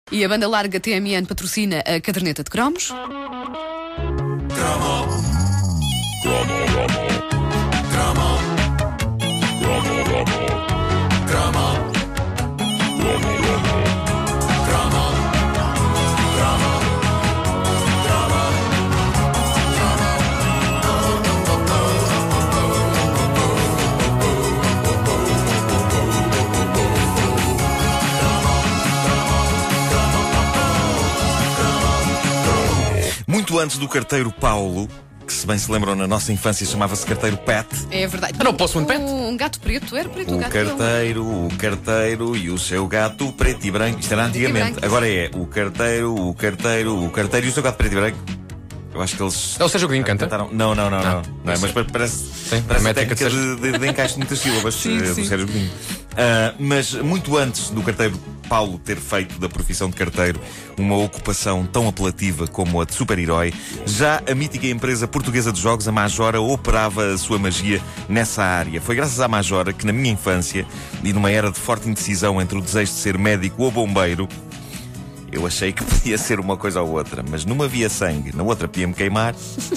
E a banda larga TMN patrocina a caderneta de cromos. Muito antes do carteiro Paulo, que se bem se lembram na nossa infância chamava-se carteiro Pet. É verdade. Não posso um pet? Um gato preto, era preto o gato. O carteiro e o seu gato preto e branco. Isto era antigamente. Agora é o carteiro e o seu gato preto e branco. Eu acho que eles. É o Sérgio Godinho canta? Não, mas parece a técnica de encaixe de muitas sílabas do Sérgio Godinho. Mas muito antes do carteiro Paulo ter feito da profissão de carteiro uma ocupação tão apelativa como a de super-herói, já a mítica empresa portuguesa de jogos, a Majora, operava a sua magia nessa área. Foi graças à Majora que, na minha infância, e numa era de forte indecisão entre o desejo de ser médico ou bombeiro, eu achei que podia ser uma coisa ou outra, mas numa via sangue, na outra podia-me queimar.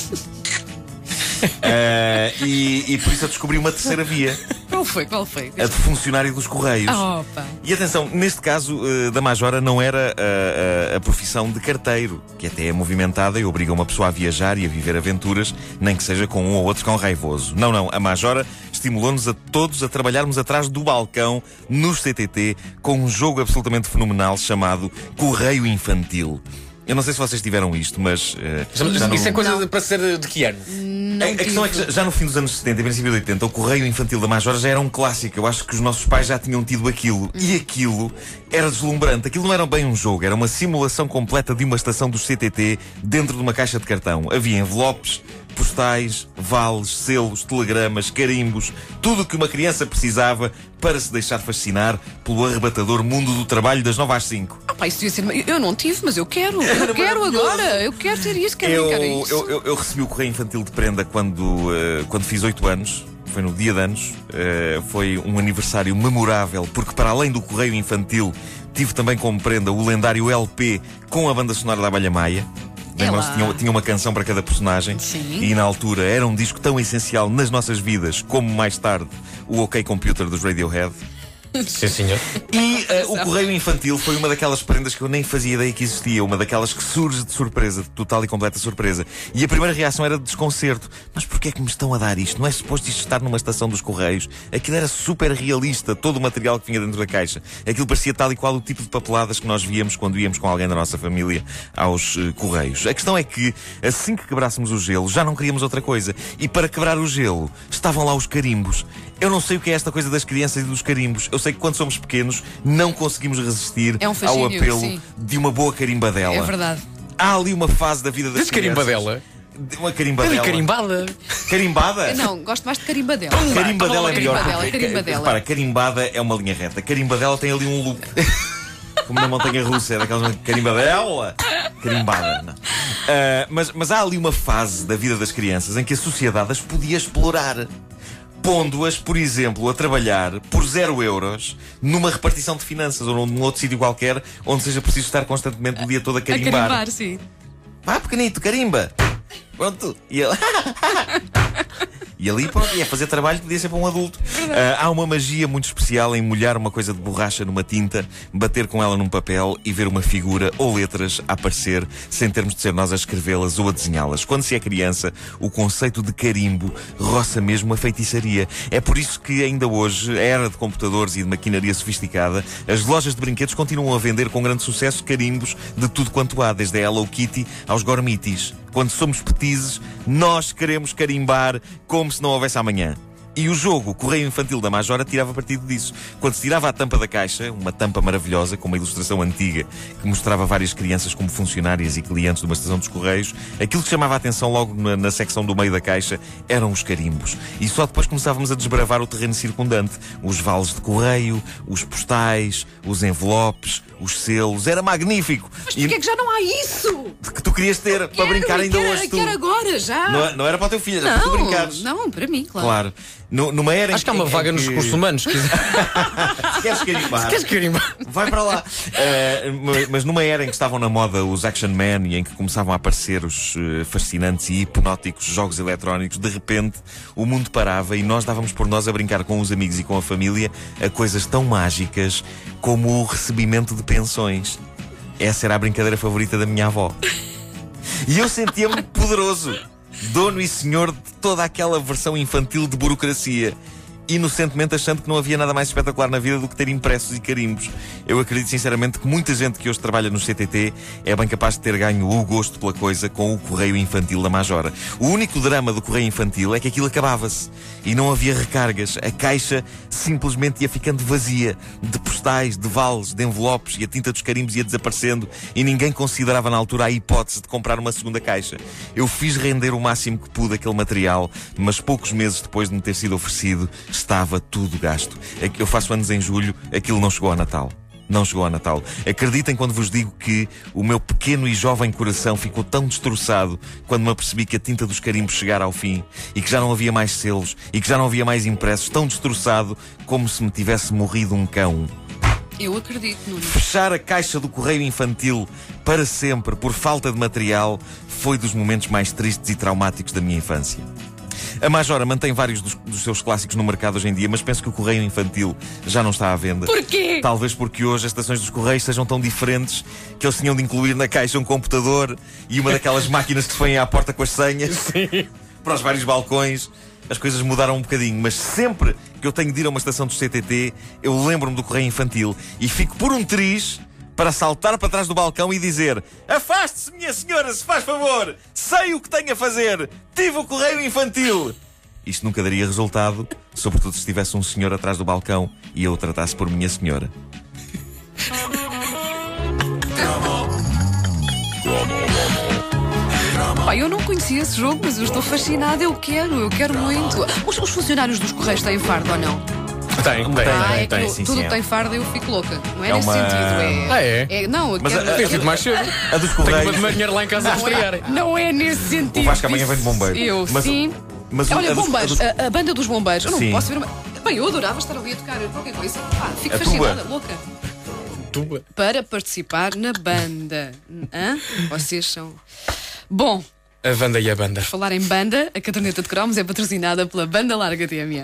E por isso eu descobri uma terceira via. Qual foi? A de funcionário dos Correios. Opa. E atenção, neste caso da Majora não era a profissão de carteiro, que até é movimentada e obriga uma pessoa a viajar e a viver aventuras, nem que seja com um ou outro cão raivoso. Não, a Majora estimulou-nos a todos a trabalharmos atrás do balcão, nos CTT, com um jogo absolutamente fenomenal chamado Correio Infantil. Eu não sei se vocês tiveram isto, mas... Isso é coisa para ser de que ano? A questão é que já no fim dos anos 70 e princípio de 80, o Correio Infantil da Majora já era um clássico. Eu acho que os nossos pais já tinham tido aquilo. E aquilo era deslumbrante. Aquilo não era bem um jogo, era uma simulação completa de uma estação dos CTT dentro de uma caixa de cartão. Havia envelopes, postais, vales, selos, telegramas, carimbos, tudo o que uma criança precisava para se deixar fascinar pelo arrebatador mundo do trabalho das 9 às 5. Isso devia ser... Eu não tive, mas eu quero. Eu quero agora. Eu quero ter isso, quero isso. Eu recebi o Correio Infantil de prenda quando fiz 8 anos. Foi no dia de anos. Foi um aniversário memorável, porque para além do Correio Infantil, tive também como prenda o lendário LP com a banda sonora da Abelha Maia. Lembram-se, tinha uma canção para cada personagem. Sim. E na altura era um disco tão essencial nas nossas vidas como mais tarde o OK Computer dos Radiohead. Sim, senhor. E o Correio Infantil foi uma daquelas prendas que eu nem fazia ideia que existia. Uma daquelas que surge de surpresa, de total e completa surpresa. E a primeira reação era de desconcerto. Mas porquê é que me estão a dar isto? Não é suposto isto estar numa estação dos Correios? Aquilo era super realista, todo o material que vinha dentro da caixa. Aquilo parecia tal e qual o tipo de papeladas que nós víamos quando íamos com alguém da nossa família aos Correios. A questão é que, assim que quebrássemos o gelo, já não queríamos outra coisa. E para quebrar o gelo, estavam lá os carimbos. Eu não sei o que é esta coisa das crianças e dos carimbos. Eu sei que quando somos pequenos não conseguimos resistir ao apelo de uma boa carimbadela. É verdade. Há ali uma fase da vida das crianças. Carimbadela? Uma carimbadela. Carimbada? Carimbada? Não, gosto mais de carimbadela. Carimbadela é melhor. Carimbadela. Repara, carimbada é uma linha reta. Carimbadela tem ali um loop. Como na montanha russa, é daquelas carimbadela. Carimbada, não. Mas há ali uma fase da vida das crianças em que a sociedade as podia explorar, pondo-as, por exemplo, a trabalhar por 0 euros numa repartição de finanças ou num outro sítio qualquer onde seja preciso estar constantemente o dia todo a carimbar. A carimbar, sim. Pequenito, carimba. Pronto. E ali, pronto, ia fazer trabalho que podia ser para um adulto. Há uma magia muito especial em molhar uma coisa de borracha numa tinta, bater com ela num papel e ver uma figura ou letras a aparecer, sem termos de ser nós a escrevê-las ou a desenhá-las. Quando se é criança, o conceito de carimbo roça mesmo a feitiçaria. É por isso que ainda hoje, a era de computadores e de maquinaria sofisticada, as lojas de brinquedos continuam a vender com grande sucesso carimbos de tudo quanto há, desde a Hello Kitty aos Gormitis. Quando somos petizes, nós queremos carimbar como se não houvesse amanhã. E o jogo, o Correio Infantil da Majora, tirava partido disso. Quando se tirava a tampa da caixa, uma tampa maravilhosa, com uma ilustração antiga, que mostrava várias crianças como funcionárias e clientes de uma estação dos Correios, aquilo que chamava a atenção logo na secção do meio da caixa eram os carimbos. E só depois começávamos a desbravar o terreno circundante. Os vales de correio, os postais, os envelopes, os selos. Era magnífico. Mas porquê é que já não há isso? Que tu querias ter para brincar ainda hoje. Quero agora, já. Não era para o teu filho, era para tu brincares. Não, para mim, claro. Numa era Acho que há uma vaga nos recursos humanos. Se queres carimbar, vai para lá. Mas numa era em que estavam na moda os Action Man e em que começavam a aparecer os fascinantes e hipnóticos jogos eletrónicos, de repente o mundo parava e nós dávamos por nós a brincar com os amigos e com a família a coisas tão mágicas como o recebimento de pensões. Essa era a brincadeira favorita da minha avó. E eu sentia-me poderoso, dono e senhor de toda aquela versão infantil de burocracia, inocentemente achando que não havia nada mais espetacular na vida do que ter impressos e carimbos. Eu acredito sinceramente que muita gente que hoje trabalha no CTT é bem capaz de ter ganho o gosto pela coisa com o correio infantil da Majora. O único drama do correio infantil é que aquilo acabava-se e não havia recargas. A caixa simplesmente ia ficando vazia de postais, de vales, de envelopes, e a tinta dos carimbos ia desaparecendo e ninguém considerava na altura a hipótese de comprar uma segunda caixa. Eu fiz render o máximo que pude aquele material, mas poucos meses depois de me ter sido oferecido, estava tudo gasto. Eu faço anos em julho, aquilo não chegou a Natal. Não chegou a Natal. Acreditem quando vos digo que o meu pequeno e jovem coração ficou tão destroçado quando me apercebi que a tinta dos carimbos chegara ao fim e que já não havia mais selos e que já não havia mais impressos. Tão destroçado como se me tivesse morrido um cão. Eu acredito, Nuno. Fechar a caixa do correio infantil para sempre por falta de material foi dos momentos mais tristes e traumáticos da minha infância. A Majora mantém vários dos seus clássicos no mercado hoje em dia, mas penso que o correio infantil já não está à venda. Porquê? Talvez porque hoje as estações dos correios sejam tão diferentes que eles tinham de incluir na caixa um computador e uma daquelas máquinas que se põem à porta com as senhas. Sim. Para os vários balcões. As coisas mudaram um bocadinho, mas sempre que eu tenho de ir a uma estação do CTT, eu lembro-me do correio infantil e fico por um triz para saltar para trás do balcão e dizer: afaste-se, minha senhora, se faz favor! Sei o que tenho a fazer! Tive o correio infantil! Isto nunca daria resultado, sobretudo se estivesse um senhor atrás do balcão e eu o tratasse por minha senhora. Pai, eu não conhecia esse jogo, mas eu estou fascinada. Eu quero muito. Os funcionários dos Correios têm fardo ou não? Tem. Sim, tudo sim, que tem fardo eu fico louca. Não é, É nesse uma- sentido. Não, eu Mas quero... Tem sido mais cedo. A dos Tenho uma correios. de manhã lá em casa a estrearem. Não é nesse sentido. O Vasco amanhã vem de bombeiro. Eu, Mas- sim. mas Olha, a dos- bombeiros, a dos- a banda dos bombeiros. Eu não Sim. posso ver uma... Bem, eu adorava estar ali a tocar qualquer coisa. Pá, fico A fascinada, tuba. louca. Tuba. Para participar na banda. Hã? Vocês são... Bom, A banda e a banda. falar em banda, a caderneta de cromos é patrocinada pela Banda Larga TMN.